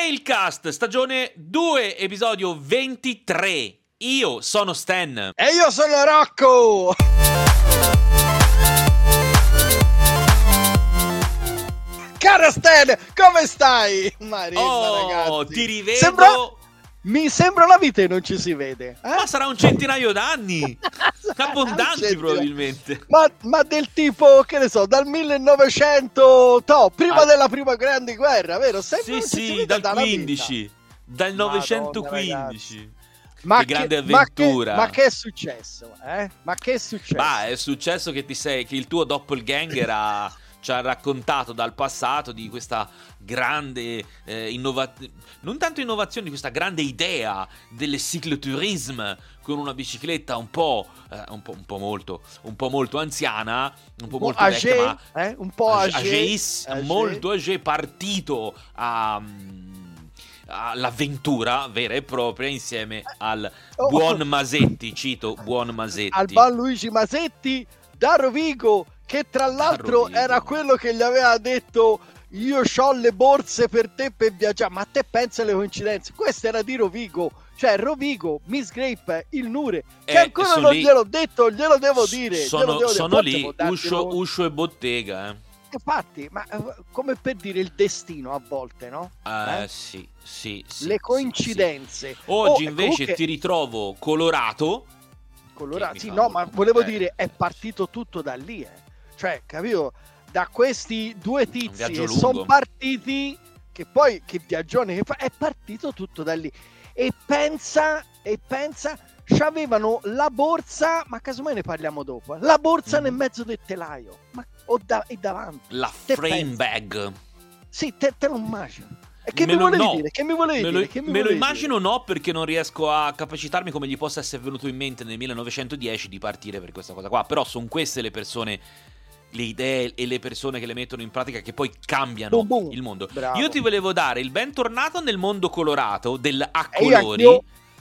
Failcast, stagione 2, episodio 23. Io sono Stan. E io sono Rocco. Cara Stan, come stai? Marina, ragazzi. Ti rivedo. Mi sembra una vita e non ci si vede. Ma sarà un centinaio d'anni. Abbondanti probabilmente. Ma del tipo, che ne so, dal 1900, prima della prima grande guerra, vero? Sì, dal 15. Dal 915. Ma che grande avventura. Ma che è successo? Ma che è successo? È successo che che il tuo doppelganger ci ha raccontato dal passato di questa grande non tanto innovazione, di questa grande idea del cyclotourisme con una bicicletta un po' molto anziana, un po' molto âgé, vecchia, ma un po' âgé, molto âgé, partito all'avventura vera e propria insieme al buon Masetti, cito buon Masetti, al buon Luigi Masetti da Rovigo, che tra l'altro era quello che gli aveva detto: io c'ho le borse per te per viaggiare. Ma te pensa alle coincidenze? Questo era di Rovigo, cioè Rovigo, Miss Grape, il Nure, che ancora non gliel'ho detto, glielo devo dire. Sono lì, uscio e bottega. Infatti, ma come per dire il destino a volte, no? Sì. Le coincidenze. Sì. Oggi invece comunque... ti ritrovo colorato. Sì, no, ma volevo dire, è partito tutto da lì, Cioè, capito? Da questi due tizi che sono partiti, che poi, che viaggione che fa, è partito tutto da lì. E pensa, c'avevano la borsa, ma casomai ne parliamo dopo, la borsa nel mezzo del telaio, e davanti. La frame bag. Sì, te lo immagini. E che mi volevi dire? Che mi volevi dire? Me lo immagino no, perché non riesco a capacitarmi come gli possa essere venuto in mente nel 1910 di partire per questa cosa qua. Però sono queste le persone, le idee e le persone che le mettono in pratica, che poi cambiano il mondo. Bravo. Io ti volevo dare il bentornato nel mondo colorato del A colori.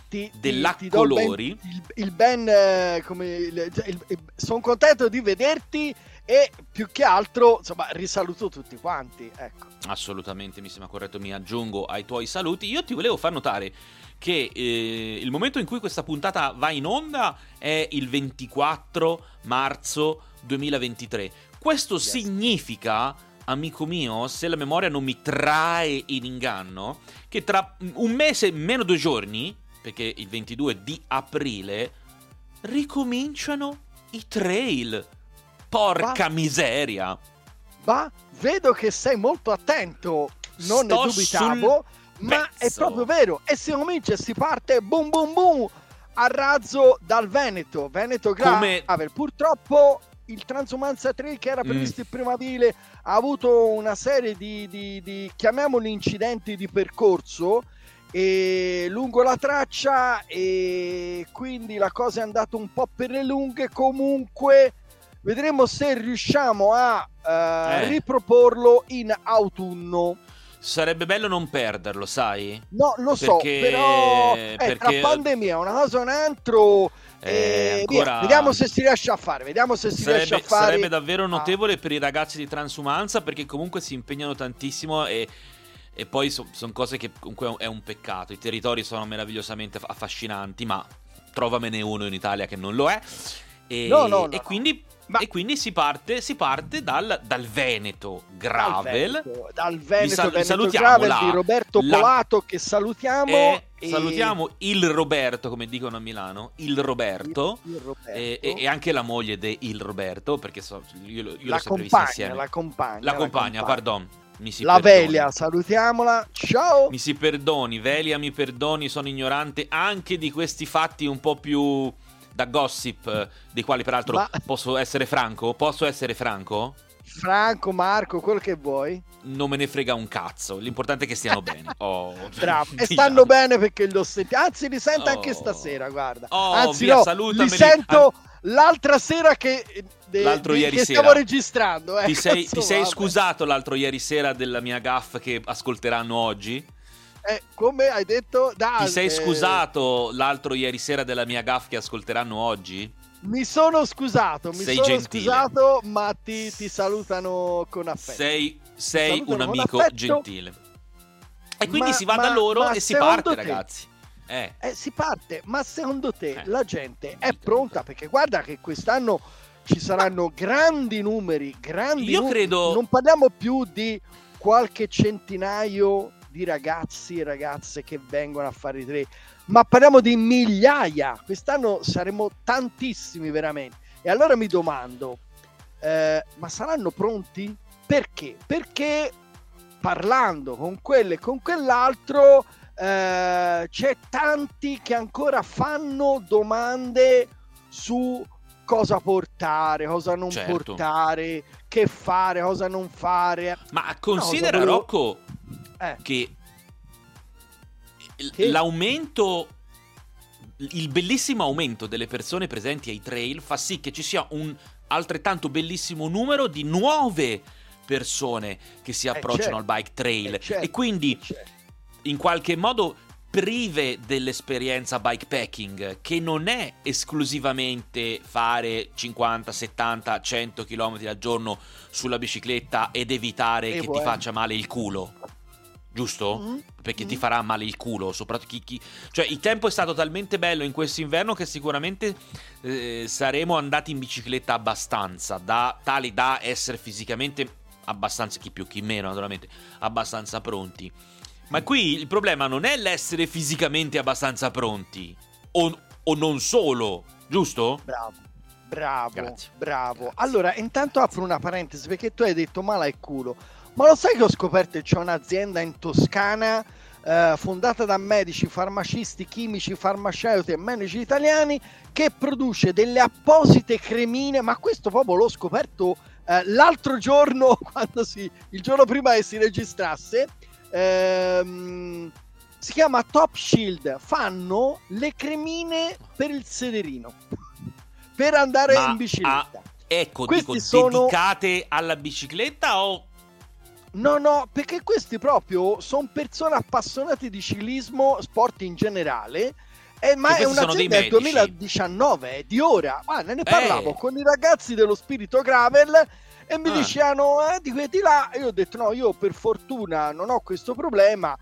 Sono contento di vederti. E più che altro, insomma, risaluto tutti quanti, ecco. Assolutamente, mi sembra corretto, mi aggiungo ai tuoi saluti. Io ti volevo far notare che il momento in cui questa puntata va in onda è il 24 marzo 2023. Questo significa, amico mio, se la memoria non mi trae in inganno, che tra un mese meno 2 giorni, perché il 22 di aprile, ricominciano i trail. Porca miseria! Ma vedo che sei molto attento, non ne dubitavo, ma è proprio vero. E si comincia e si parte boom boom boom a razzo dal Veneto Gravel. Purtroppo il Transumanza Trail, che era previsto il 1° aprile, ha avuto una serie di chiamiamoli incidenti di percorso lungo la traccia, e quindi la cosa è andata un po' per le lunghe. Comunque vedremo se riusciamo a riproporlo in autunno. Sarebbe bello non perderlo, sai? No, lo so, però tra pandemia, una cosa o un altro, vediamo se si riesce a fare. Sarebbe davvero notevole per i ragazzi di Transumanza, perché comunque si impegnano tantissimo e poi sono cose che comunque è un peccato. I territori sono meravigliosamente affascinanti, ma trovamene uno in Italia che non lo è. E quindi si parte dal Veneto Gravel. Dal Veneto salutiamo Gravel di Roberto Polato, che salutiamo. Salutiamo il Roberto, come dicono a Milano, il Roberto. E anche la moglie di il Roberto, perché io l'ho sempre vista insieme. La compagna, pardon. La Velia, salutiamola, ciao. Mi si perdoni, Velia, mi perdoni, sono ignorante anche di questi fatti un po' più da gossip, dei quali peraltro posso essere franco? Franco, Marco, quello che vuoi. Non me ne frega un cazzo, l'importante è che stiano bene. Bravo. E stanno bene, perché li ho sentiti, anzi li sento anche stasera, guarda. Salutami, li sento l'altra sera che stiamo registrando. Ti sei scusato l'altro ieri sera della mia gaffe che ascolteranno oggi? Come hai detto? Ti sei scusato l'altro ieri sera della mia gaffe che ascolteranno oggi? Mi sono scusato, ma ti salutano con affetto. Sei un amico gentile. E quindi si va da loro e si parte, ragazzi. Si parte, ma secondo te la gente è pronta? Perché guarda che quest'anno ci saranno grandi numeri, Io credo... Non parliamo più di qualche centinaio di ragazzi e ragazze che vengono a fare i trail, ma parliamo di migliaia. Quest'anno saremo tantissimi veramente. E allora mi domando, ma saranno pronti? Perché? Perché parlando con quello e con quell'altro c'è tanti che ancora fanno domande su cosa portare, cosa non portare, che fare, cosa non fare. Ma considera, Rocco, che l'aumento, il bellissimo aumento delle persone presenti ai trail fa sì che ci sia un altrettanto bellissimo numero di nuove persone che si approcciano al bike trail e quindi in qualche modo prive dell'esperienza bikepacking, che non è esclusivamente fare 50, 70, 100 km al giorno sulla bicicletta ed evitare che ti faccia male il culo, giusto? Perché ti farà male il culo, soprattutto cioè il tempo è stato talmente bello in questo inverno che sicuramente saremo andati in bicicletta abbastanza, tali da essere fisicamente abbastanza, chi più chi meno naturalmente, abbastanza pronti. Ma qui il problema non è l'essere fisicamente abbastanza pronti, o non solo, giusto? Bravo. Grazie. Allora, intanto apro una parentesi, perché tu hai detto male al culo. Ma lo sai che ho scoperto che c'è un'azienda in Toscana fondata da medici, farmacisti, chimici, farmaceutici e medici italiani che produce delle apposite cremine, ma questo proprio l'ho scoperto l'altro giorno, il giorno prima che si registrasse. Si chiama Top Shield. Fanno le cremine per il sederino per andare in bicicletta. Dedicate alla bicicletta o... No, perché questi proprio sono persone appassionate di ciclismo, sport in generale. Ma è un'azienda del 2019, di ora. Guarda, ne parlavo con i ragazzi dello Spirito Gravel e mi dicevano di quelli là. E io ho detto no, io per fortuna non ho questo problema,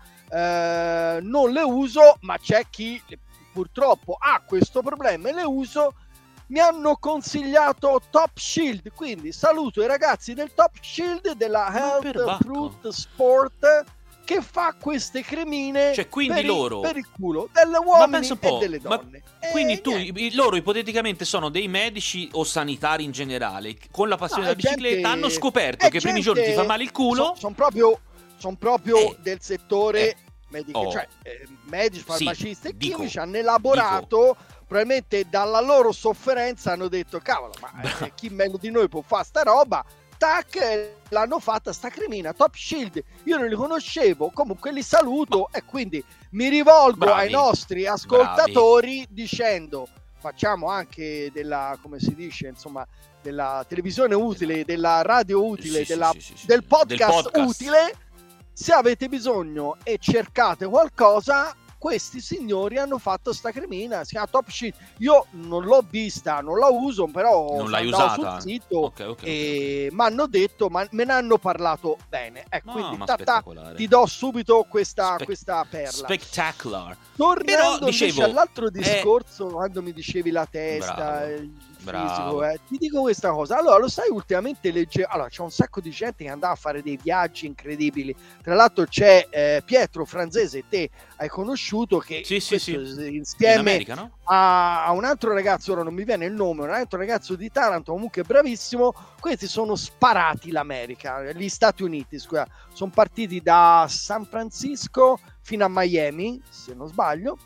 non le uso, ma c'è chi purtroppo ha questo problema e le uso. Mi hanno consigliato Top Shield, quindi saluto i ragazzi del Top Shield della Health Fruit Sport che fa queste cremine, cioè, quindi per il culo delle uomini e delle donne. Quindi loro ipoteticamente sono dei medici o sanitari in generale con la passione della bicicletta, hanno scoperto che i primi giorni ti fa male il culo. Sono proprio del settore medico, cioè medici, farmacisti e chimici hanno elaborato, probabilmente dalla loro sofferenza hanno detto cavolo, ma chi meglio di noi può fare sta roba. Tac, l'hanno fatta sta cremina Top Shield, io non li conoscevo, comunque li saluto e quindi mi rivolgo ai nostri ascoltatori dicendo facciamo anche della, come si dice, insomma, della televisione utile, della radio utile, del podcast utile. Se avete bisogno e cercate qualcosa, questi signori hanno fatto sta cremina, si chiama Top Shield. Io non l'ho vista, non la uso, però non l'hai usata sul sito e mi hanno detto, ma me ne hanno parlato bene. Quindi ti do subito questa perla. Spectacular. Tornando invece all'altro discorso, quando mi dicevi la testa, il fisico, ti dico questa cosa. Allora, lo sai, ultimamente allora c'è un sacco di gente che andava a fare dei viaggi incredibili. Tra l'altro c'è Pietro Franzese, te hai conosciuto, che insieme in America, no? a un altro ragazzo, ora non mi viene il nome, un altro ragazzo di Taranto, comunque bravissimo. Questi sono sparati l'America, gli Stati Uniti, scusa, sono partiti da San Francisco fino a Miami, se non sbaglio,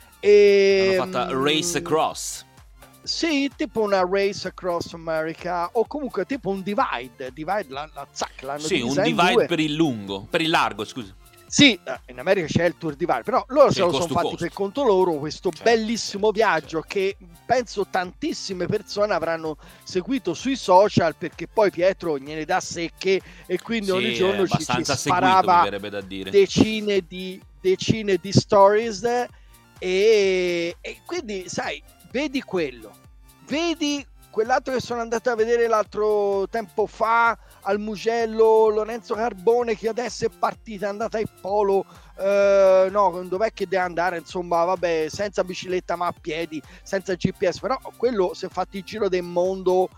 e hanno fatto Race Across. Sì, tipo una Race Across America, o comunque tipo un divide l'hanno un divide per il largo, scusa. Sì, in America c'è il Tour Divide, però loro se lo sono fatti per conto loro questo bellissimo viaggio che penso tantissime persone avranno seguito sui social, perché poi Pietro gliene dà secche e quindi ogni giorno ci sparava decine di stories e quindi sai, vedi quello, vedi quell'altro che sono andato a vedere l'altro tempo fa al Mugello, Lorenzo Carbone, che adesso è partita, è andata in polo, no, dov'è che deve andare, insomma, vabbè, senza bicicletta ma a piedi, senza GPS, però quello si è fatto il giro del mondo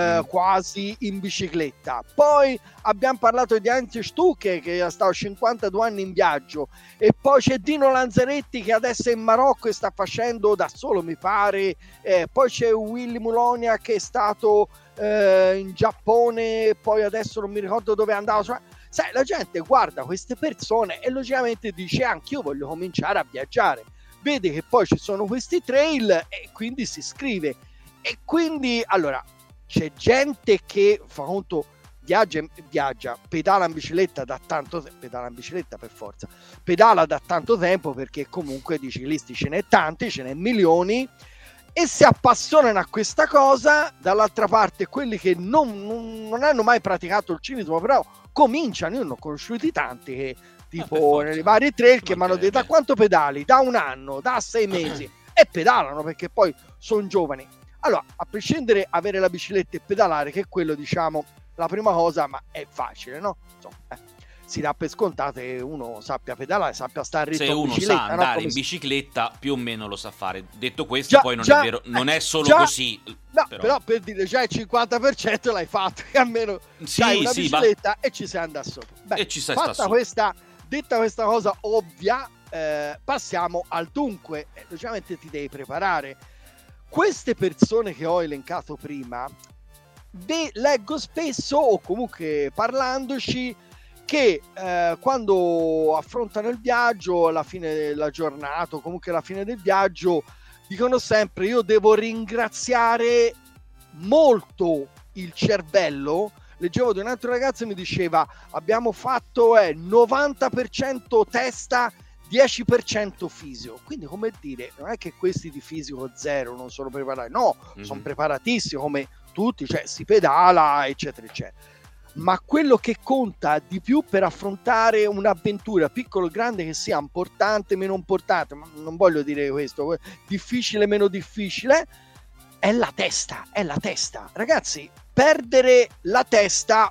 quasi in bicicletta. Poi abbiamo parlato di Heinz Stucke, che è stato 52 anni in viaggio, e poi c'è Dino Lanzaretti che adesso è in Marocco e sta facendo da solo, mi pare, poi c'è Willy Mulonia che è stato in Giappone, poi adesso non mi ricordo dove è andato. Sai, la gente guarda queste persone e logicamente dice anch'io voglio cominciare a viaggiare, vede che poi ci sono questi trail e quindi si iscrive. E quindi allora c'è gente che fa conto, viaggia, pedala in bicicletta da tanto tempo, pedala in bicicletta per forza, pedala da tanto tempo perché comunque di ciclisti ce n'è tanti, ce n'è milioni, e si appassionano a questa cosa. Dall'altra parte quelli che non hanno mai praticato il ciclismo però cominciano, io ne ho conosciuti tanti che tipo nei vari trail che mi hanno detto: da quanto pedali? Da un anno, da 6 mesi, e pedalano perché poi sono giovani. Allora, a prescindere avere la bicicletta e pedalare, che è quello, diciamo, la prima cosa, ma è facile, no? Insomma, si dà per scontato che uno sappia pedalare, sappia stare ritmo. Se uno bicicletta, sa andare in bicicletta, più o meno lo sa fare. Detto questo, poi non è vero, non è solo così. No, però per dire, già il 50% l'hai fatto, che almeno hai una bicicletta e ci sei andato sopra. Beh, e ci sei detta questa cosa ovvia, passiamo al dunque. Logicamente ti devi preparare. Queste persone che ho elencato prima, leggo spesso, o comunque parlandoci, che quando affrontano il viaggio, alla fine della giornata o comunque alla fine del viaggio, dicono sempre: io devo ringraziare molto il cervello. Leggevo di un altro ragazzo che mi diceva: abbiamo fatto 90% testa, 10% fisico. Quindi, come dire, non è che questi di fisico zero non sono preparati, no, sono preparatissimi come tutti, cioè si pedala eccetera eccetera, ma quello che conta di più per affrontare un'avventura, piccolo o grande che sia, importante meno importante, ma non voglio dire questo, difficile meno difficile, è la testa, ragazzi. Perdere la testa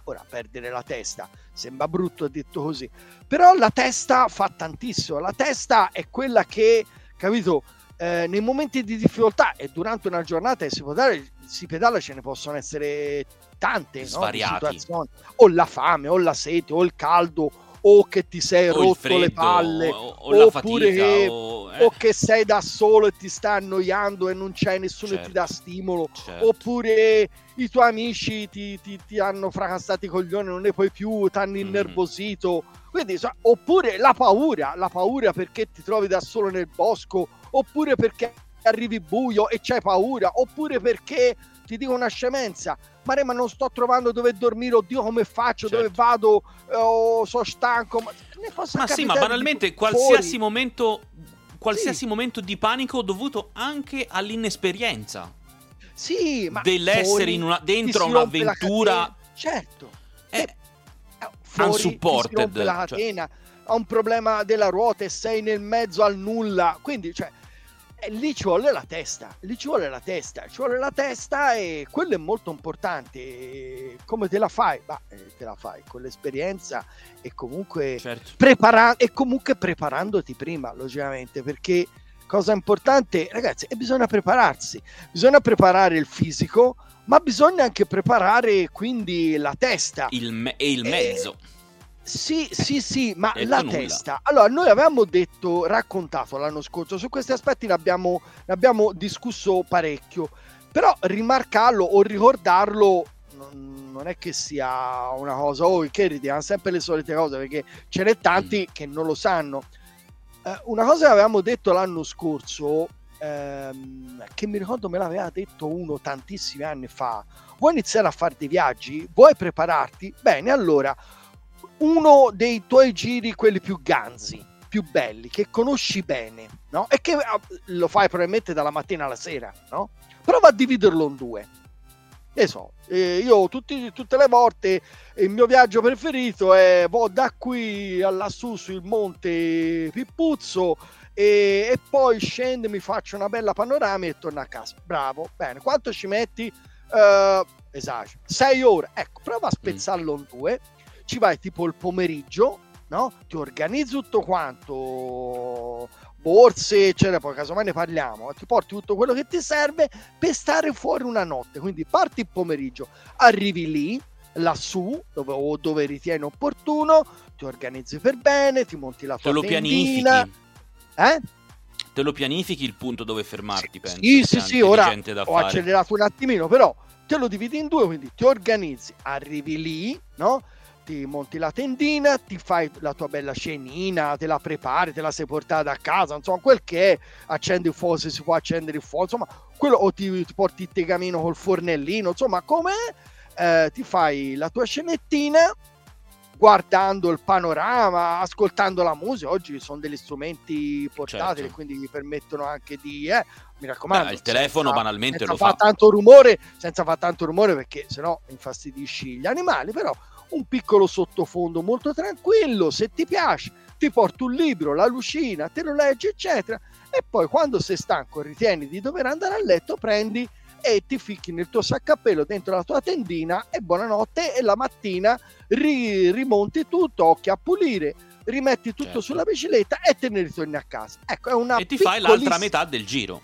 sembra brutto detto così, però la testa fa tantissimo. La testa è quella che, capito, nei momenti di difficoltà e durante una giornata si pedala, ce ne possono essere tante, svariati, no? Situazioni, o la fame, o la sete, o il caldo, o che ti sei rotto freddo, le palle, o la fatica, o che sei da solo e ti stai annoiando e non c'è nessuno che ti dà stimolo, oppure i tuoi amici ti hanno fracassato i coglioni, non ne puoi più, ti hanno innervosito. Quindi, oppure la paura perché ti trovi da solo nel bosco, oppure perché arrivi buio e c'hai paura, oppure perché ti dico una scemenza: ma non sto trovando dove dormire, oddio come faccio, dove vado, sono stanco. Ma sì, ma banalmente qualsiasi momento di panico dovuto anche all'inesperienza. Sì, ma dell'essere dentro un'avventura, certo, unsupported, la catena, ha un problema della ruota e sei nel mezzo al nulla, quindi lì ci vuole la testa, e quello è molto importante. Come te la fai? Te la fai con l'esperienza e comunque preparandoti prima, logicamente, perché cosa importante, ragazzi, bisogna prepararsi, bisogna preparare il fisico, ma bisogna anche preparare quindi la testa e il mezzo. Sì, ma la testa. Allora, noi avevamo raccontato l'anno scorso, su questi aspetti ne abbiamo discusso parecchio, però rimarcarlo o ricordarlo non è che sia una cosa, che ridiamo sempre le solite cose, perché ce n'è tanti che non lo sanno. Una cosa che avevamo detto l'anno scorso, che mi ricordo me l'aveva detto uno tantissimi anni fa: vuoi iniziare a fare dei viaggi? Vuoi prepararti? Bene, allora uno dei tuoi giri, quelli più ganzi, più belli, che conosci bene, no? E che lo fai probabilmente dalla mattina alla sera, no? Prova a dividerlo in due. Io tutte le volte il mio viaggio preferito è da qui a lassù sul monte Pippuzzo e poi scendo, mi faccio una bella panoramica e torno a casa. Bravo, bene. Quanto ci metti? esagero, 6 ore, ecco, prova a spezzarlo in 2, ci vai tipo il pomeriggio, no? Ti organizzi tutto quanto, borse eccetera, poi casomai ne parliamo, ti porti tutto quello che ti serve per stare fuori una notte, quindi parti il pomeriggio, arrivi lì lassù dove ritieni opportuno, ti organizzi per bene, ti monti la tua tendina, te lo pianifichi il punto dove fermarti, penso. Sì, ora ho accelerato un attimino, però te lo dividi in 2, quindi ti organizzi, arrivi lì, no? Ti monti la tendina, ti fai la tua bella cenina, te la prepari, te la sei portata a casa, insomma, quel che è, accendi il fuoco se si può accendere il fuoco, insomma, quello, o ti porti il tegamino col fornellino, insomma, com'è, ti fai la tua cenettina, guardando il panorama, ascoltando la musica. Oggi sono degli strumenti portatili, quindi vi permettono anche di, mi raccomando, il telefono banalmente senza lo fa senza fare tanto rumore, perché sennò infastidisci gli animali, però un piccolo sottofondo molto tranquillo, se ti piace ti porti un libro, la lucina, te lo leggi eccetera, e poi quando sei stanco ritieni di dover andare a letto, prendi e ti ficchi nel tuo saccappello dentro la tua tendina e buonanotte, e la mattina rimonti tutto, occhi a pulire, rimetti tutto sulla bicicletta e te ne ritorni a casa. Ecco, è una e ti fai l'altra metà del giro.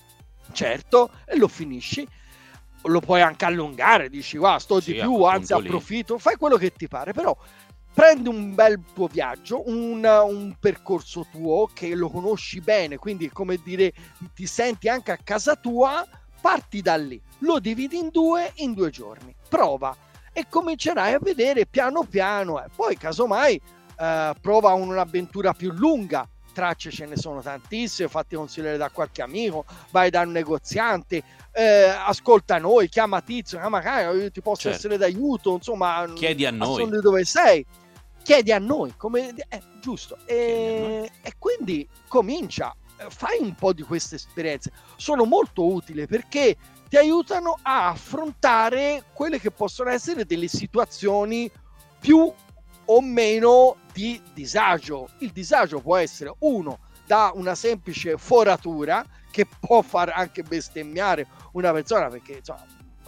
Certo, e lo finisci. Lo puoi anche allungare, dici sto di più, anzi approfitto, fai quello che ti pare, però prendi un bel tuo viaggio, un percorso tuo che lo conosci bene, quindi come dire ti senti anche a casa tua, parti da lì, lo dividi in 2 giorni, prova e comincerai a vedere piano piano, poi casomai prova un'avventura più lunga. Tracce ce ne sono tantissime, fatti consigliare da qualche amico, vai da un negoziante, ascolta noi, chiama Tizio, io ti posso essere d'aiuto, insomma, chiedi a noi dove sei, chiedi a noi, come giusto, e quindi comincia, fai un po' di queste esperienze, sono molto utili perché ti aiutano a affrontare quelle che possono essere delle situazioni più o meno di disagio. Il disagio può essere da una semplice foratura che può far anche bestemmiare una persona, perché insomma,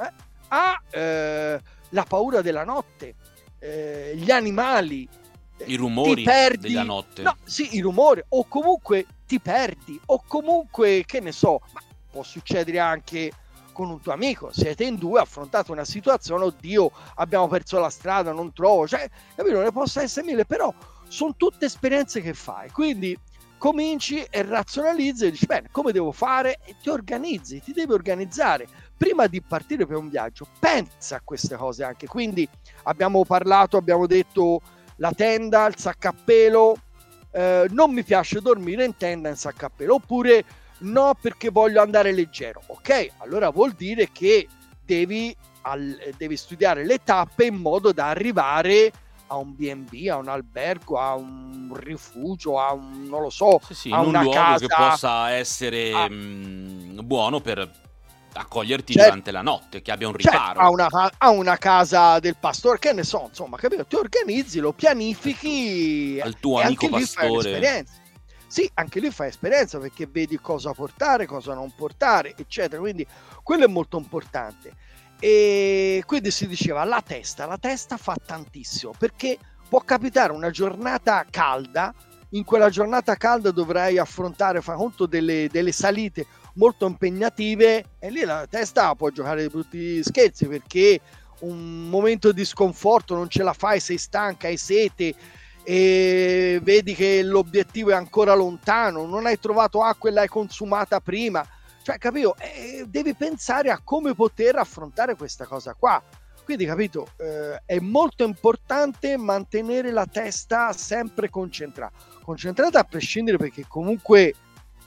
la paura della notte, gli animali, i rumori della notte, i rumori, o comunque ti perdi, o comunque che ne so, ma può succedere anche con un tuo amico, siete in 2, affrontate una situazione, oddio abbiamo perso la strada, non trovo, capito, ne possono essere 1000, però sono tutte esperienze che fai, quindi cominci e razionalizzi e dici bene, come devo fare, e ti organizzi, ti devi organizzare prima di partire per un viaggio, pensa a queste cose anche, quindi abbiamo detto la tenda, il saccappelo, non mi piace dormire in tenda in saccappelo, oppure no perché voglio andare leggero, ok, allora vuol dire che devi studiare le tappe in modo da arrivare a un B&B, a un albergo, a un rifugio, a un, non lo so, a una luogo casa che possa essere buono per accoglierti durante la notte, che abbia un riparo, a una casa del pastore, che ne so, insomma, capito? Ti organizzi, lo pianifichi al tuo amico pastore. Sì, anche lì fai esperienza, perché vedi cosa portare, cosa non portare, eccetera, quindi quello è molto importante. E quindi si diceva la testa fa tantissimo, perché può capitare una giornata calda, in quella giornata calda dovrai affrontare, fai conto, delle salite molto impegnative, e lì la testa può giocare di brutti scherzi, perché un momento di sconforto, non ce la fai, sei stanca, hai sete e vedi che l'obiettivo è ancora lontano, non hai trovato acqua e l'hai consumata prima, cioè, capito? Devi pensare a come poter affrontare questa cosa qua, quindi, capito, è molto importante mantenere la testa sempre concentrata a prescindere, perché comunque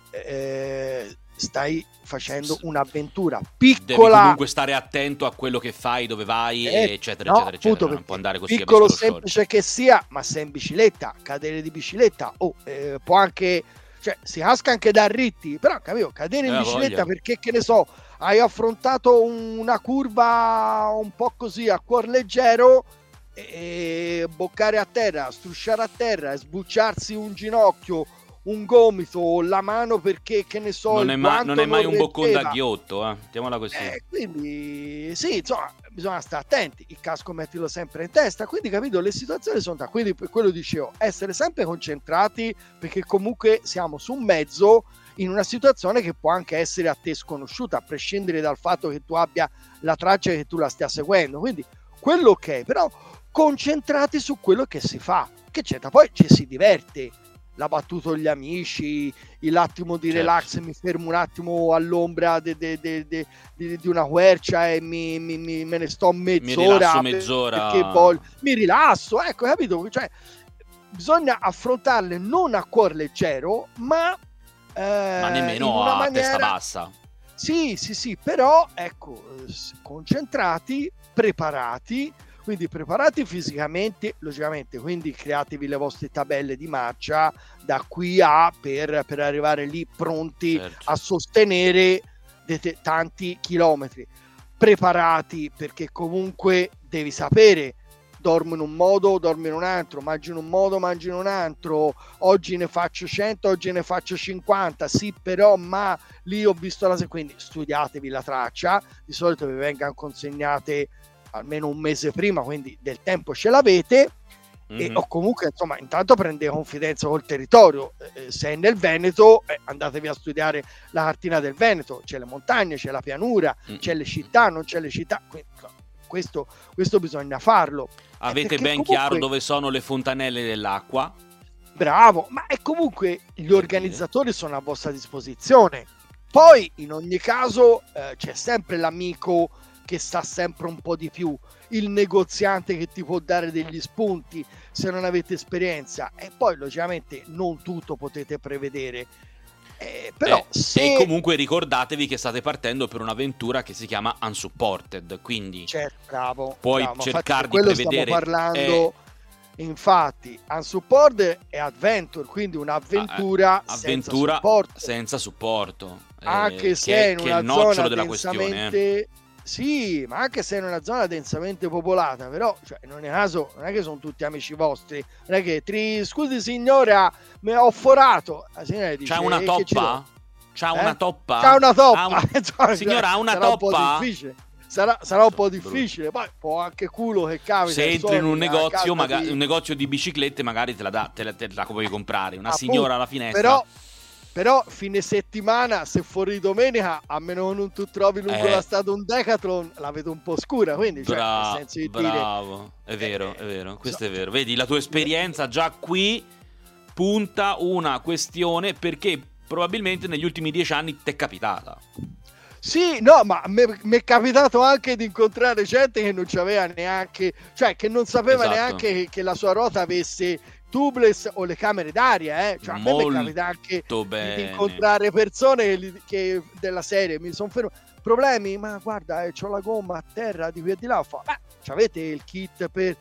stai facendo un'avventura piccola, devi comunque stare attento a quello che fai, dove vai, eccetera, eccetera, non può andare così piccolo, semplice che sia, ma se in bicicletta, cadere di bicicletta può anche, cioè si casca anche da ritti, però, capito, cadere in bicicletta perché, che ne so, hai affrontato una curva un po' così a cuor leggero, e boccare a terra, strusciare a terra e sbucciarsi un ginocchio, un gomito o la mano perché, che ne so, non è mai un boccone da ghiotto, mettiamola così. Quindi sì, insomma, bisogna stare attenti, il casco mettilo sempre in testa, quindi capito, le situazioni sono da, quindi per quello dicevo, essere sempre concentrati, perché comunque siamo su un mezzo in una situazione che può anche essere a te sconosciuta, a prescindere dal fatto che tu abbia la traccia e che tu la stia seguendo, quindi quello ok, però concentrati su quello che si fa, che c'è da poi, ci si diverte, la battuta con gli amici, l'attimo di relax, mi fermo un attimo all'ombra di una quercia e me ne sto mezz'ora, perché mi rilasso, ecco, capito? Cioè, bisogna affrontarle non a cuor leggero, ma nemmeno a maniera... testa bassa. Sì, però ecco, concentrati, preparati, quindi preparati fisicamente, logicamente, quindi createvi le vostre tabelle di marcia da qui a per arrivare lì pronti a sostenere tanti chilometri. Preparati, perché comunque devi sapere, dormo in un modo, dormo in un altro, mangio in un modo, mangio in un altro, oggi ne faccio 100, oggi ne faccio 50, sì però, ma lì ho visto quindi studiatevi la traccia, di solito vi vengono consegnate almeno un mese prima, quindi del tempo ce l'avete, e o comunque insomma intanto prendete confidenza col territorio, se è nel Veneto andatevi a studiare la cartina del Veneto, c'è le montagne, c'è la pianura, c'è le città, non c'è le città, quindi, questo bisogna farlo. Avete ben comunque chiaro dove sono le fontanelle dell'acqua? Bravo, ma è comunque gli organizzatori sono a vostra disposizione. Poi in ogni caso c'è sempre l'amico che sa sempre un po' di più, il negoziante che ti può dare degli spunti se non avete esperienza, e poi logicamente non tutto potete prevedere. Però e comunque ricordatevi che state partendo per un'avventura che si chiama Unsupported, quindi bravo, cercare di prevedere. Stiamo parlando, infatti, Unsupported è adventure, quindi un'avventura senza supporto, anche se è in una zona densamente, sì, ma anche se è in una zona densamente popolata, però cioè, in ogni caso non è che sono tutti amici vostri, non è che scusi signora, mi ho forato, la signora dice, c'ha una toppa? C'ha una toppa? C'ha una toppa. Signora, ha una toppa? Sarà un po' difficile, poi può anche culo che capita. Se entri in un negozio, magari un negozio di biciclette, magari te la puoi comprare. Una signora alla finestra. Però fine settimana, se fuori domenica, a meno che non tu trovi lungo la strada un Decathlon, la vedo un po' scura, quindi nel senso di bravo, è vero, questo è vero. Vedi, la tua esperienza già qui punta una questione, perché probabilmente negli ultimi 10 anni ti è capitata. Sì, no, ma mi è capitato anche di incontrare gente che non c'aveva neanche, cioè che non sapeva neanche che la sua ruota avesse tubeless o le camere d'aria, cioè a me mi capita anche di incontrare persone che della serie mi sono fermato, problemi, ma guarda, c'ho la gomma a terra di qui e di là, c'avete il kit per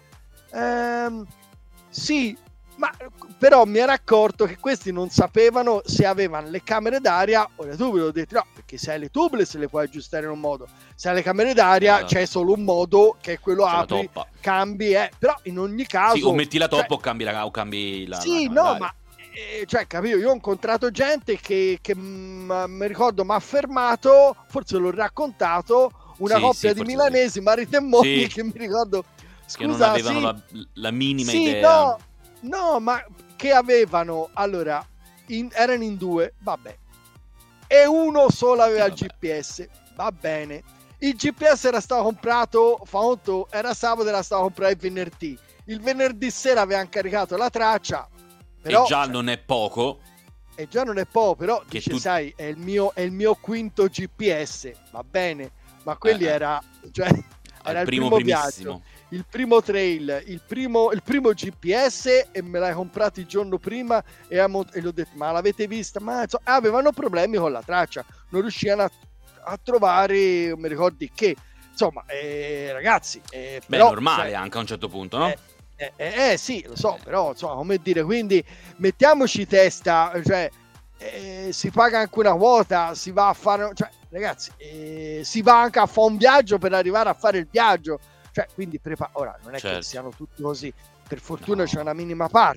sì, ma però mi ero accorto che questi non sapevano se avevano le camere d'aria o le tubeless. Ho detto no, perché se hai le tubeless le puoi aggiustare in un modo, se hai le camere d'aria c'è solo un modo, che è quello apri, cambi, però in ogni caso sì, o metti la toppa o cambi la sì, no, ma cioè capito, io ho incontrato gente che mi ricordo mi ha fermato, forse l'ho raccontato, una coppia di milanesi, marito e moglie, che mi ricordo, scusa, che non avevano la minima idea. No, ma che avevano, allora, erano in due, vabbè, e uno solo aveva il GPS, va bene, il GPS era stato comprato, era sabato, era stato comprato il venerdì sera avevano caricato la traccia, però, e già non è poco, però dice, sai, è il mio quinto GPS, va bene, ma quelli era il primo viaggio, il primo trail, il primo GPS, e me l'hai comprato il giorno prima e gli ho detto, ma l'avete vista? Ma avevano problemi con la traccia, non riuscivano a trovare, non mi ricordi che, insomma, ragazzi, però, normale anche a un certo punto, no? Sì, lo so, però insomma, come dire, quindi mettiamoci testa, cioè si paga anche una quota, si va a fare, cioè ragazzi, si va anche a fare un viaggio per arrivare a fare il viaggio, cioè quindi ora non è che siano tutti così, per fortuna c'è una minima parte,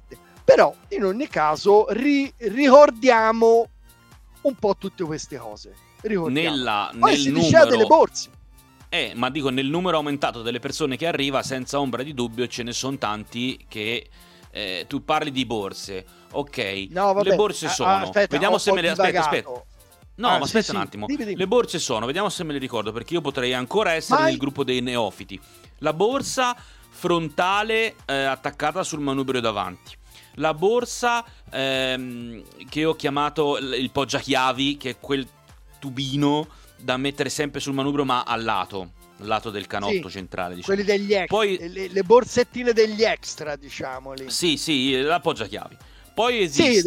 Però in ogni caso ricordiamo un po' tutte queste cose. Poi nel si numero dice delle borse. Ma dico, nel numero aumentato delle persone che arriva, senza ombra di dubbio ce ne sono tanti che tu parli di borse. Ok, no, vabbè. Le borse sono. Aspetta, vediamo se me le aspetta. No, ma aspetta sì, un attimo. Dimmi. Le borse sono, vediamo se me le ricordo, perché io potrei ancora essere nel gruppo dei neofiti. La borsa frontale attaccata sul manubrio davanti. La borsa che ho chiamato il poggiachiavi, che è quel tubino da mettere sempre sul manubrio ma al lato del canotto centrale, diciamo. Quelli degli extra, poi le borsettine degli extra, diciamo lì. Sì, la poggiachiavi. Poi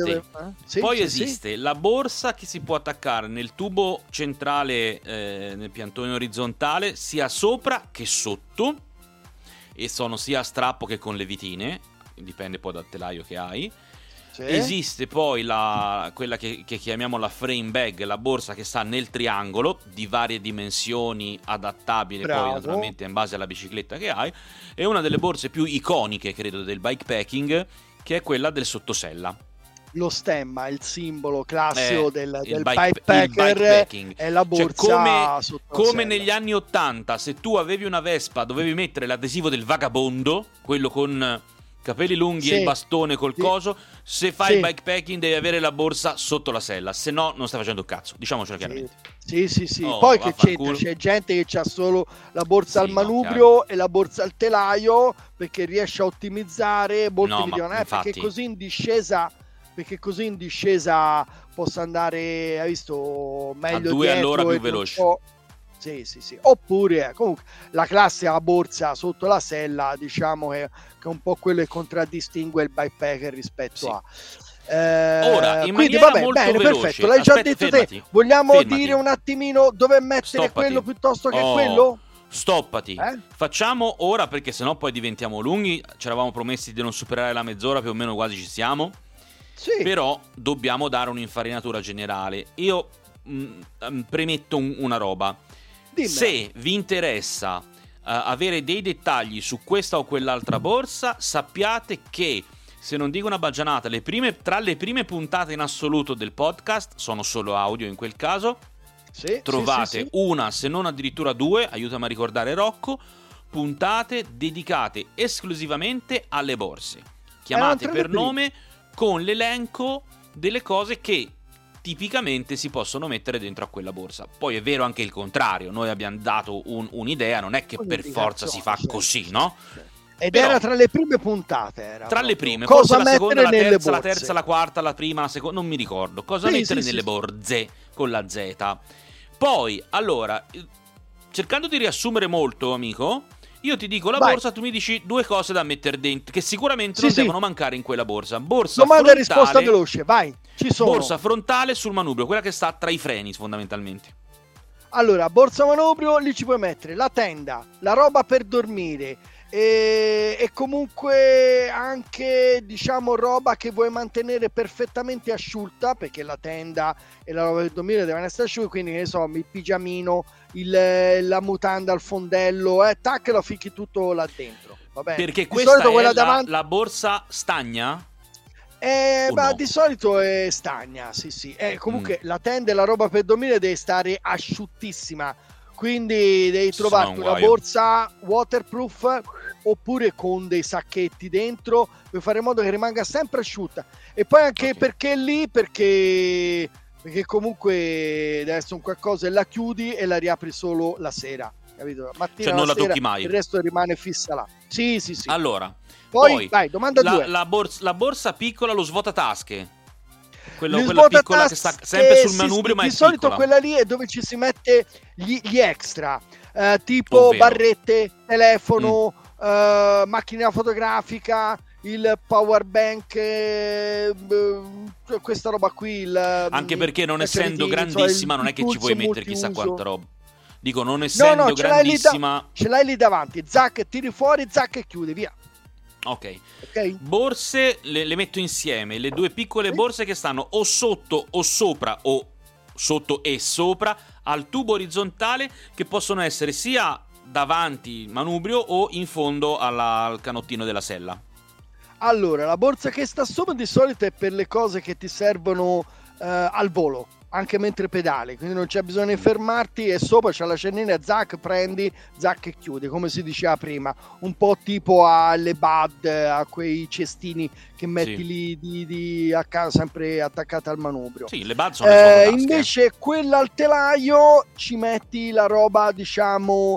esiste la borsa che si può attaccare nel tubo centrale, nel piantone orizzontale, sia sopra che sotto, e sono sia a strappo che con le vitine, dipende poi dal telaio che hai. Sì. Esiste poi quella che chiamiamo la frame bag, la borsa che sta nel triangolo, di varie dimensioni, adattabile. Bravo. Poi naturalmente in base alla bicicletta che hai. È una delle borse più iconiche, credo, del bikepacking, che è quella del sottosella. Lo stemma, il simbolo classico del bikepacking è la borsa, cioè, come negli anni 80, se tu avevi una Vespa dovevi mettere l'adesivo del vagabondo, quello con capelli lunghi e il bastone col coso. Se fai il bikepacking devi avere la borsa sotto la sella, se no non stai facendo un cazzo, diciamocelo chiaramente. Sì. Poi che c'entra? C'è gente che ha solo la borsa al manubrio e la borsa al telaio, perché riesce a ottimizzare molti milioni, perché così in discesa posso andare, hai visto, meglio a 2 all'ora più veloce. Sì. Oppure comunque la classica borsa sotto la sella, diciamo che è un po' quello che contraddistingue il bikepacker rispetto a ora, in quindi maniera molto bene, veloce. Perfetto, l'hai già detto te. Vogliamo dire un attimino dove mettere quello piuttosto che quello? Stoppati. Facciamo ora, perché sennò poi diventiamo lunghi. Ci eravamo promessi di non superare la mezz'ora, più o meno quasi ci siamo. Sì. Però dobbiamo dare un'infarinatura generale. Io premetto una roba. Dimmi. Se vi interessa avere dei dettagli su questa o quell'altra borsa, sappiate che, se non dico una baggianata, tra le prime puntate in assoluto del podcast, sono solo audio in quel caso, trovate una, se non addirittura 2, aiutami a ricordare Rocco, puntate dedicate esclusivamente alle borse, chiamate per nome, con l'elenco delle cose che tipicamente si possono mettere dentro a quella borsa. Poi è vero anche il contrario, noi abbiamo dato un'idea, non è che per forza si fa così, no? Ed però, era tra le prime puntate. Tra le prime, cosa la seconda, la terza, la quarta, la prima, la seconda, non mi ricordo. Cosa mettere nelle borse con la Z. Poi, allora, cercando di riassumere molto, amico, io ti dico la borsa, tu mi dici 2 cose da mettere dentro, che sicuramente non devono mancare in quella borsa. Borsa domanda frontale, e risposta veloce, vai, ci sono. Borsa frontale sul manubrio, quella che sta tra i freni fondamentalmente. Allora, borsa manubrio, lì ci puoi mettere la tenda, la roba per dormire e comunque anche, diciamo, roba che vuoi mantenere perfettamente asciutta, perché la tenda e la roba per dormire devono essere asciutte, quindi, che ne so, il pigiamino, la mutanda al fondello, tac, lo ficchi tutto là dentro, va bene? Perché questa è la borsa stagna? Di solito è stagna, sì. Comunque la tenda e la roba per dormire deve stare asciuttissima, quindi devi trovarti una borsa waterproof oppure con dei sacchetti dentro per fare in modo che rimanga sempre asciutta. E poi anche perché comunque deve essere un qualcosa e la chiudi e la riapri solo la sera, capito? La mattina, cioè non la tocchi mai, il resto rimane fissa là. Sì. Allora, poi vai, domanda 2. La borsa piccola, lo svuotatasche. Quella piccola che sta sempre sul manubrio, ma è piccola. Di solito quella lì è dove ci si mette gli extra, tipo barrette, telefono, macchina fotografica, il power bank, questa roba qui. Anche perché non essendo grandissima non è che ci puoi mettere chissà quanta roba. Dico, non essendo grandissima, ce l'hai lì davanti, zac, tiri fuori, zac e chiudi, via. Ok. Borse le metto insieme, le 2 piccole borse che stanno o sotto o sopra, o sotto e sopra al tubo orizzontale, che possono essere sia davanti manubrio o in fondo al canottino della sella. Allora, la borsa che sta sopra di solito è per le cose che ti servono al volo, anche mentre pedali, quindi non c'è bisogno di fermarti, e sopra c'è la cernina, zac, prendi, zac e chiudi, come si diceva prima, un po' tipo alle BAD, a quei cestini che metti lì a casa, sempre attaccata al manubrio. Sì, le BAD sono le svuotatasche. Invece quella al telaio ci metti la roba, diciamo,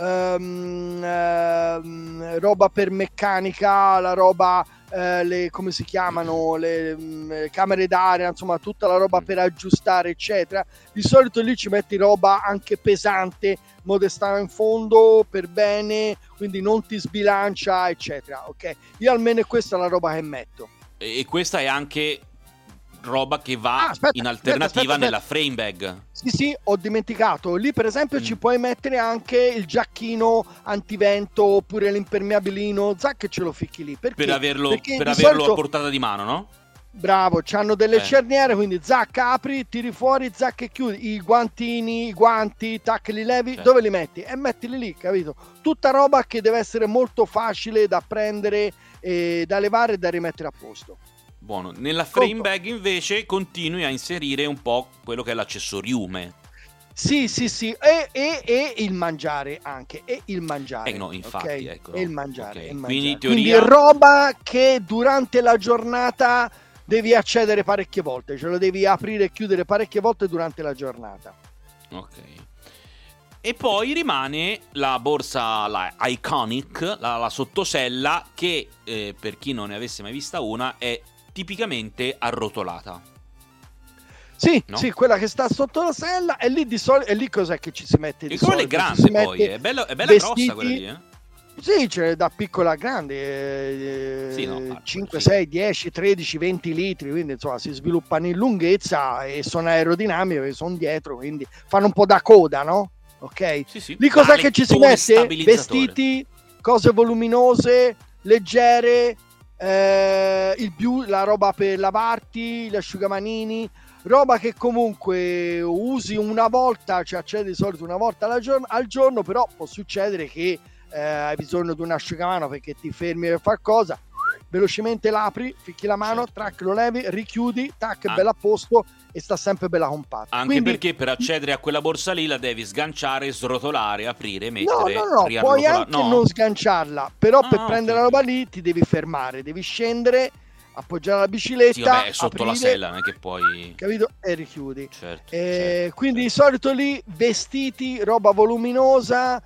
roba per meccanica, la roba, come si chiamano, le camere d'aria, insomma tutta la roba per aggiustare eccetera. Di solito lì ci metti roba anche pesante in modo che sta in fondo per bene, quindi non ti sbilancia eccetera. Ok, io almeno questa è la roba che metto, e questa è anche roba che va in alternativa nella frame bag. Sì, ho dimenticato. Lì per esempio ci puoi mettere anche il giacchino antivento oppure l'impermeabilino, zac, ce lo ficchi lì. Perché? Per averlo solito, a portata di mano, no? Bravo, c'hanno delle cerniere, quindi zac, apri, tiri fuori, zac e chiudi. I guanti, tac, li levi, dove li metti? E mettili lì, capito? Tutta roba che deve essere molto facile da prendere, da levare e da rimettere a posto. Buono. Nella frame bag invece continui a inserire un po' quello che è l'accessoriume. Sì, e il mangiare anche, e il mangiare. No, infatti, okay? ecco. E il mangiare. Okay. E il mangiare. Quindi, teoria... Quindi è roba che durante la giornata devi accedere parecchie volte, ce lo devi aprire e chiudere parecchie volte durante la giornata. Ok. E poi rimane la borsa, la Iconic, la sottosella, che per chi non ne avesse mai vista una è tipicamente arrotolata. Sì, no? Sì, quella che sta sotto la sella, e lì di solito, e lì cos'è che ci si mette di solito? E quella è grande poi, è bella grossa quella lì, Sì, c'è da piccola a grande, sì, no, 5, 6, 10, 13, 20 litri, quindi insomma si sviluppano in lunghezza e sono aerodinamiche, sono dietro, quindi fanno un po' da coda, no? Ok? Sì. Lì cos'è che ci si mette? Vestiti, cose voluminose, leggere, la roba per lavarti, gli asciugamanini, roba che comunque usi una volta, cioè accedi di solito una volta al giorno, però può succedere che hai bisogno di un asciugamano perché ti fermi per far cosa, velocemente l'apri, ficchi la mano, track, lo levi, richiudi, tac, bella a posto, e sta sempre bella compatta. Anche quindi, perché per accedere a quella borsa lì la devi sganciare, srotolare, aprire, mettere, no, puoi anche non sganciarla, però per prendere la roba lì ti devi fermare, devi scendere, appoggiare la bicicletta, sì, vabbè, sotto aprire, la sella, non è che poi, capito? E richiudi. Certo. Quindi di solito lì vestiti, roba voluminosa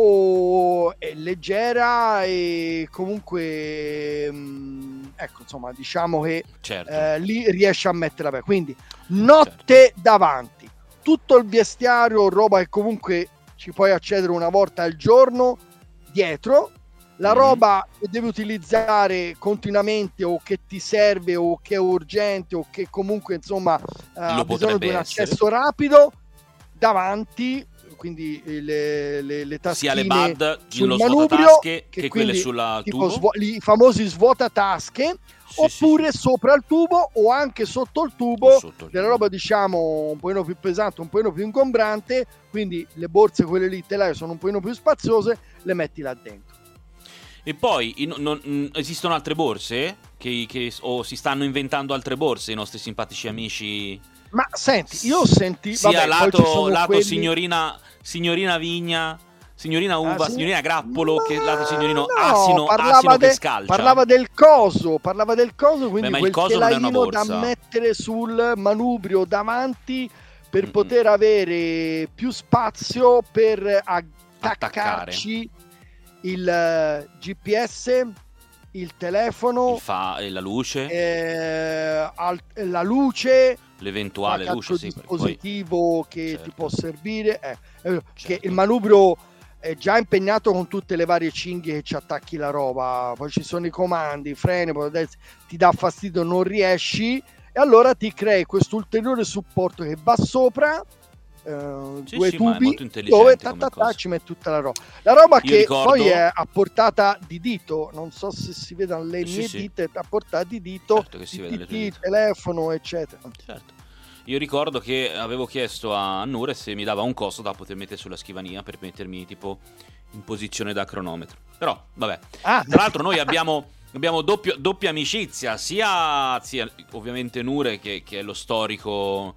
o leggera, e comunque ecco, insomma, diciamo che lì riesci a metterla bene. Quindi notte davanti, tutto il vestiario, roba che comunque ci puoi accedere una volta al giorno dietro, la roba che devi utilizzare continuamente o che ti serve o che è urgente o che comunque insomma ha bisogno di un accesso rapido davanti, quindi le taschine, sia le BAD sul manubrio che quelle sulla tubo, i famosi svuotatasche, oppure sopra il tubo o anche sotto il tubo, della roba diciamo un pochino più pesante, un pochino più ingombrante, quindi le borse quelle lì telaio sono un pochino più spaziose, le metti là dentro. E poi esistono altre borse o si stanno inventando altre borse i nostri simpatici amici? Ma senti, io senti sia lato quelli... signorina vigna, signorina uva, signorina grappolo, che lato signorino asino che scalcia. Parlava del coso, quindi quel telaino da mettere sul manubrio davanti per poter avere più spazio per attaccarci il GPS, il telefono, la luce, la luce, l'eventuale luce, dispositivo che ti può servire, che il manubrio è già impegnato con tutte le varie cinghie che ci attacchi la roba, poi ci sono i comandi, i freni, ti dà fastidio, non riesci, e allora ti crei questo ulteriore supporto che va sopra, due tubi dove ci metti tutta la roba che poi è a portata di dito, non so se si vedono le mie dita, a portata di dito, il telefono eccetera. Certo. Io ricordo che avevo chiesto a Nure se mi dava un coso da poter mettere sulla scrivania per mettermi tipo in posizione da cronometro, però vabbè. Tra l'altro noi abbiamo abbiamo doppia amicizia, sia ovviamente Nure che è lo storico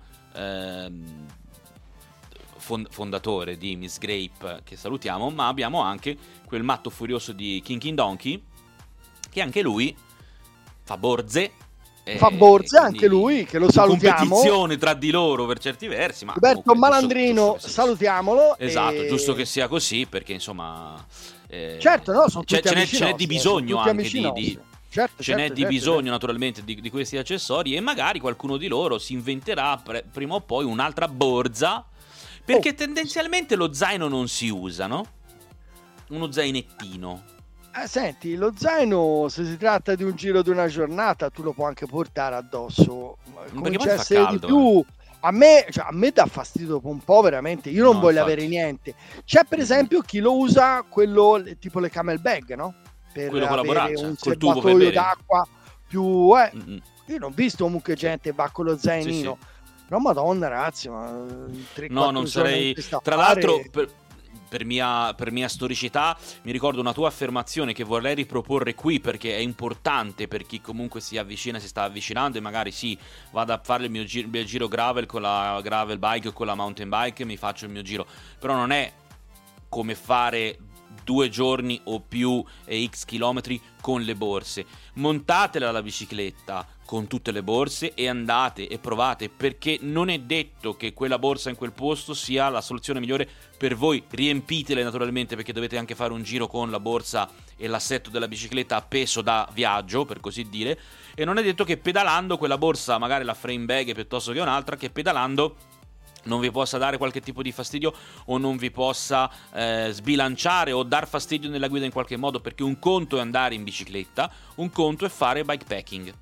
fondatore di Miss Grape, che salutiamo, ma abbiamo anche quel matto furioso di King Donkey, che anche lui fa borze. Fa borse anche lui, che lo salutiamo. Competizione tra di loro per certi versi, ma Roberto Malandrino, salutiamolo. Esatto, giusto che sia così, perché insomma certo, no, sono tutti ce n'è di bisogno anche di certo, n'è di bisogno naturalmente di questi accessori, e magari qualcuno di loro si inventerà prima o poi un'altra borza, perché tendenzialmente lo zaino non si usa, no? Uno zainettino. Senti, lo zaino, se si tratta di un giro di una giornata, tu lo puoi anche portare addosso. Perché poi fa caldo, di più. A me dà fastidio un po', veramente. Io non voglio avere niente. C'è per esempio chi lo usa, quello tipo le camel bag, no? Per quello con la borraccia, un col tubo serbatoio d'acqua più. Io non ho visto comunque gente va con lo zainino. Sì. No, madonna, ragazzi, ma no, non sarei. Tra l'altro, per mia storicità, mi ricordo una tua affermazione che vorrei riproporre qui, perché è importante per chi comunque si avvicina, si sta avvicinando e magari vado a fare il mio giro gravel con la gravel bike o con la mountain bike, mi faccio il mio giro. Però non è come fare 2 giorni o più e x chilometri con le borse. Montatela la bicicletta con tutte le borse e andate e provate, perché non è detto che quella borsa in quel posto sia la soluzione migliore per voi. Riempitele naturalmente, perché dovete anche fare un giro con la borsa e l'assetto della bicicletta appeso da viaggio, per così dire, e non è detto che pedalando quella borsa, magari la frame bag piuttosto che un'altra, che pedalando non vi possa dare qualche tipo di fastidio o non vi possa sbilanciare o dar fastidio nella guida in qualche modo, perché un conto è andare in bicicletta, un conto è fare bikepacking.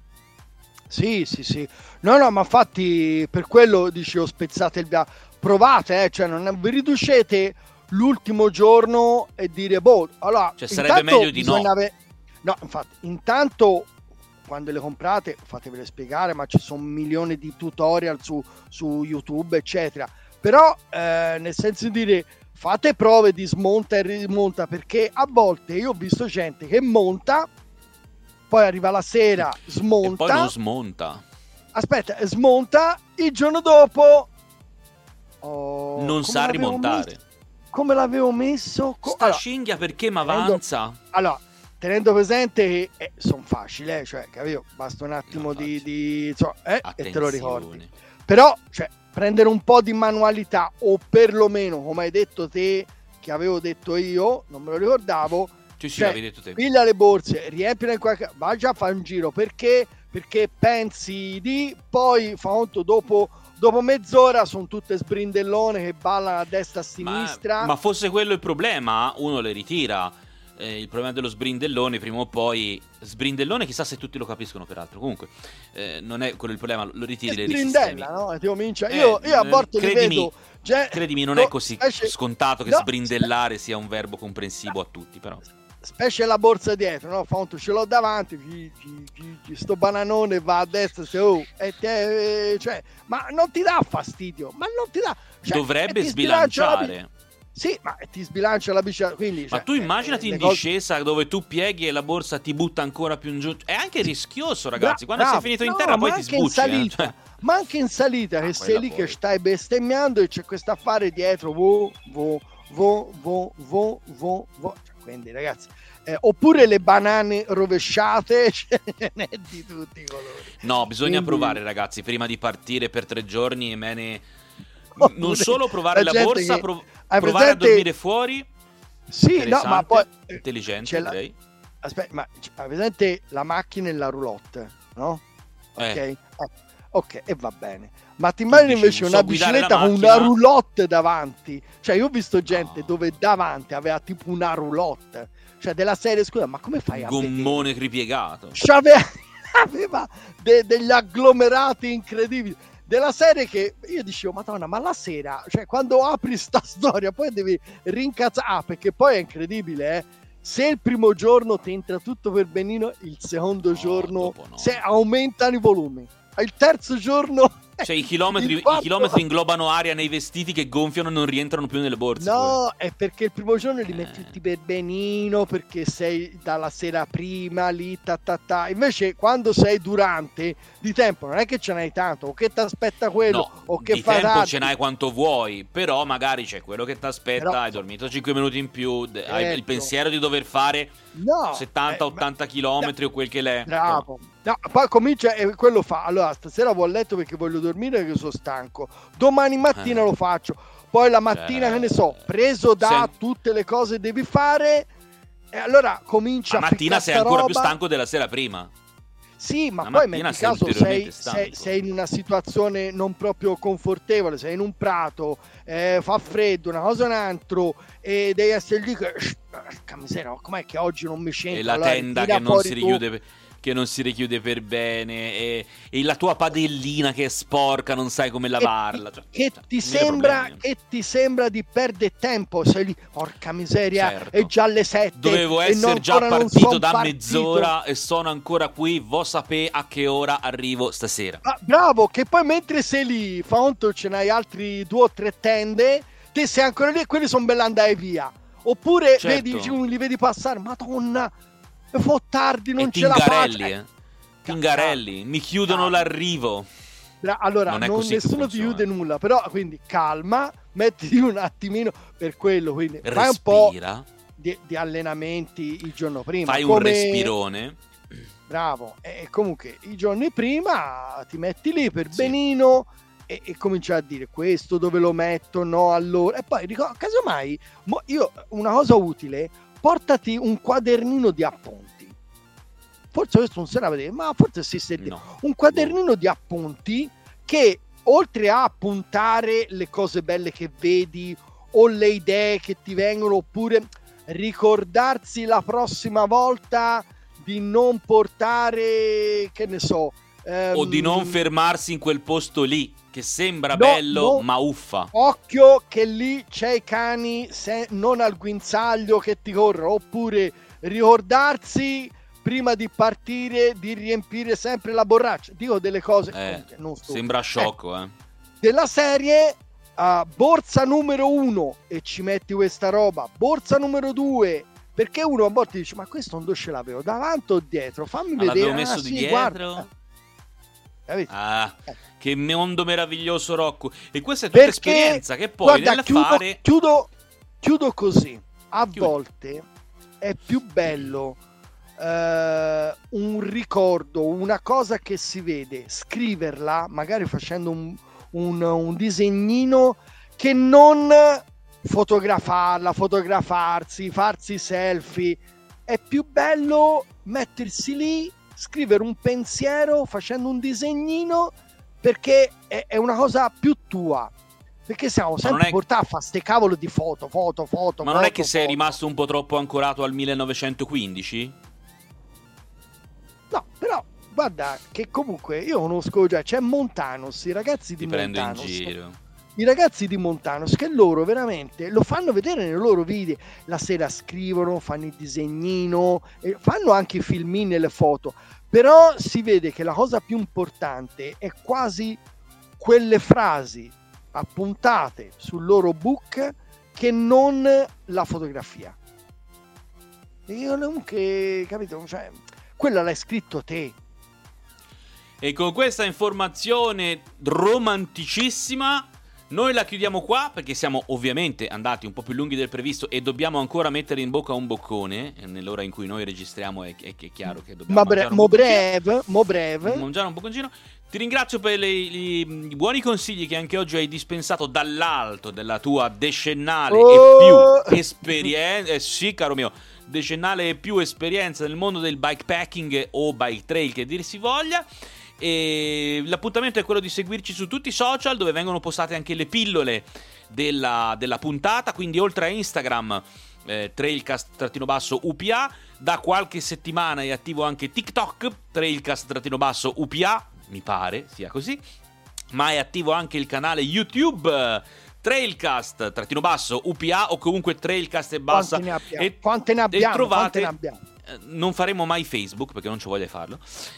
Sì. No, ma infatti per quello dicevo, spezzate il viaggio, provate, cioè non vi riducete l'ultimo giorno e dire allora, cioè sarebbe meglio di no. No, infatti, intanto quando le comprate fatevele spiegare, ma ci sono milioni di tutorial su YouTube eccetera, però nel senso di dire, fate prove di smonta e rimonta, perché a volte io ho visto gente che monta, poi arriva la sera, smonta, e poi non smonta, smonta, il giorno dopo non sa rimontare. Come l'avevo messo? Cinghia perché mi avanza. Allora, tenendo presente che sono facili, cioè, capito? Basta un attimo e te lo ricordi. Però, cioè, prendere un po' di manualità, o perlomeno, come hai detto te, che avevo detto io, non me lo ricordavo. Sì, l'avevi detto te. Piglia le borse, riempila in qualche, vai già a fare un giro, perché pensi di, poi fa conto dopo mezz'ora sono tutte sbrindellone che ballano a destra a sinistra. Ma fosse quello il problema, uno le ritira. Il problema dello sbrindellone, prima o poi, sbrindellone chissà se tutti lo capiscono, peraltro, comunque non è quello il problema, lo ritiri, le risistemi, no? Ti comincia. Io a volte credimi, li vedo, credimi, non è così scontato che sbrindellare sia un verbo comprensivo a tutti, però specie la borsa dietro, no? Fonto, ce l'ho davanti, sto bananone va a destra, cioè, ma non ti dà fastidio, ma non ti dà, cioè, dovrebbe sbilanciare. Sì, ma ti sbilancia la bicicletta, quindi, ma tu immaginati in discesa dove tu pieghi e la borsa ti butta ancora più in giù. È anche rischioso, ragazzi. Quando sei finito in terra poi ti sbucci. Ma anche in salita, che sei lì che stai bestemmiando e c'è questo affare dietro. Quindi, ragazzi, oppure le banane rovesciate, ce n'è di tutti i colori. No, bisogna provare, ragazzi, prima di partire per 3 giorni. Non solo provare la borsa, provare a dormire fuori. Sì, no, ma poi intelligente, direi. Aspetta, ma hai presente la macchina e la roulotte, no? Ok, e va bene. Ma ti immagini invece una bicicletta con una roulotte davanti? Cioè, io ho visto gente dove davanti aveva tipo una roulotte, cioè della serie, scusa, ma come fai a gommone ripiegato? Cioè, aveva degli agglomerati incredibili. Della serie che io dicevo, madonna, ma la sera, cioè quando apri sta storia poi devi rincazzare, perché poi è incredibile, se il primo giorno ti entra tutto per benino, il secondo giorno se aumentano i volumi, il terzo giorno Cioè i chilometri inglobano aria nei vestiti che gonfiano e non rientrano più nelle borse. No, è perché il primo giorno li metti tutti per benino, perché sei dalla sera prima lì, Invece quando sei durante, di tempo non è che ce n'hai tanto, o che ti aspetta quello, o che di fai tempo ce n'hai quanto vuoi, però magari c'è quello che ti aspetta, però, hai dormito 5 minuti in più, hai il pensiero di dover fare 70-80 chilometri o quel che l'è. Bravo. No, poi comincia e quello fa. Allora, stasera vado a letto perché voglio dormire perché sono stanco. Domani mattina lo faccio. Poi la mattina, che ne so, preso da tutte le cose che devi fare, e allora comincia la mattina sei ancora più stanco della sera prima. Sì, ma poi metti caso sei in una situazione non proprio confortevole, sei in un prato, fa freddo, una cosa o un altro, e devi essere lì che miseria, com'è che oggi non mi scendo? E la tenda che non si richiude che non si richiude per bene, e la tua padellina che è sporca, non sai come lavarla. Che ti sembra di perdere tempo, sei lì, porca miseria, certo. È già alle 7. Dovevo essere già partito da mezz'ora e sono ancora qui, vo sapere a che ora arrivo stasera. Bravo, che poi mentre sei lì, fa conto ce n'hai altri 2 o 3 tende, te sei ancora lì e quelli sono belli andare via. Oppure vedi, li vedi passare, madonna, fa tardi, non ce la faccio. Tingarelli, mi chiudono l'arrivo. Allora, nessuno ti chiude nulla, però quindi calma, mettiti un attimino per quello, quindi fai un po' di allenamenti il giorno prima. Fai un respirone. Bravo, e comunque i giorni prima ti metti lì per benino e cominci a dire questo dove lo metto, no, allora. E poi casomai, io una cosa utile, portati un quadernino di appunti. Forse questo non se la vedete, ma forse un quadernino di appunti che oltre a appuntare le cose belle che vedi o le idee che ti vengono, oppure ricordarsi la prossima volta di non portare, che ne so, o di non fermarsi in quel posto lì che sembra bello ma uffa. Occhio che lì c'è i cani, non al guinzaglio che ti corrono. Oppure ricordarsi prima di partire di riempire sempre la borraccia. Dico delle cose non sembra sciocco della serie, borsa numero 1 e ci metti questa roba, borsa numero 2, perché uno a volte dice ma questo non ce l'avevo davanti o dietro, fammi vedere. L'avevo messo di dietro. Che mondo meraviglioso, Rocco. E questa è tutta esperienza che poi chiudo così. Volte è più bello un ricordo, una cosa che si vede, scriverla magari facendo un disegnino, che non fotografarsi, farsi selfie. È più bello mettersi lì, scrivere un pensiero facendo un disegnino, perché è una cosa più tua, perché siamo sempre portati a fare ste cavolo di foto. Ma non è che sei rimasto un po' troppo ancorato al 1915? No, però guarda che comunque io conosco già, c'è Montanos, i ragazzi di Montanos. Prendo in giro. I ragazzi di Montanos, che loro veramente lo fanno vedere nei loro video, la sera scrivono, fanno il disegnino, fanno anche i filmini e le foto, però si vede che la cosa più importante è quasi quelle frasi appuntate sul loro book, che non la fotografia. E io comunque, capito, cioè, quella l'hai scritto te. E con questa informazione romanticissima noi la chiudiamo qua, perché siamo ovviamente andati un po' più lunghi del previsto e dobbiamo ancora mettere in bocca un boccone. Nell'ora in cui noi registriamo è chiaro che dobbiamo mangiare un bocconcino. Ti ringrazio per i buoni consigli che anche oggi hai dispensato dall'alto della tua decennale e più esperienza. Sì, caro mio, decennale e più esperienza nel mondo del bikepacking o bike trail, che dir si voglia. E l'appuntamento è quello di seguirci su tutti i social, dove vengono postate anche le pillole della puntata. Quindi oltre a Instagram, trailcast-upa, da qualche settimana è attivo anche TikTok, trailcast-upa, mi pare sia così, ma è attivo anche il canale YouTube Trailcast-upa, o comunque Trailcast e basta. Quante ne abbiamo? Trovate, non faremo mai Facebook perché non ci voglia farlo.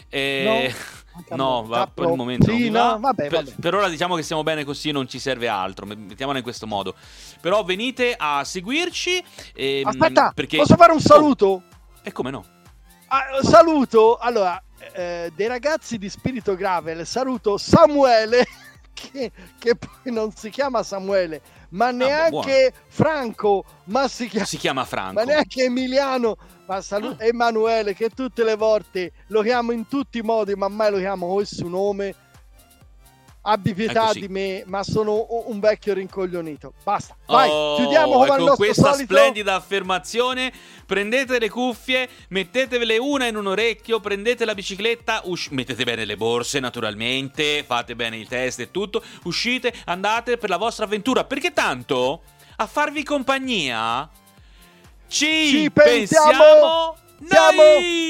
No, per il momento sì, non vabbè. Per ora diciamo che stiamo bene così, non ci serve altro, mettiamola in questo modo. Però venite a seguirci. Aspetta, perché... posso fare un saluto? E come no? Saluto, allora, dei ragazzi di Spirito Gravel, saluto Samuele, che poi non si chiama Samuele, ma neanche Franco, ma si chiama Franco, ma neanche Emiliano, ma saluto Emanuele, che tutte le volte lo chiamo in tutti i modi, ma mai lo chiamo con il suo nome. Abbi pietà di me, ma sono un vecchio rincoglionito. Basta, vai, chiudiamo come al nostro questa solito. Splendida affermazione. Prendete le cuffie, mettetevele una in un orecchio, prendete la bicicletta, mettete bene le borse naturalmente, fate bene il test e tutto, uscite, andate per la vostra avventura, perché tanto a farvi compagnia ci pensiamo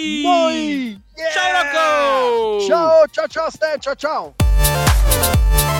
noi! Yeah! Ciao Rocco! Ciao Stan, ciao!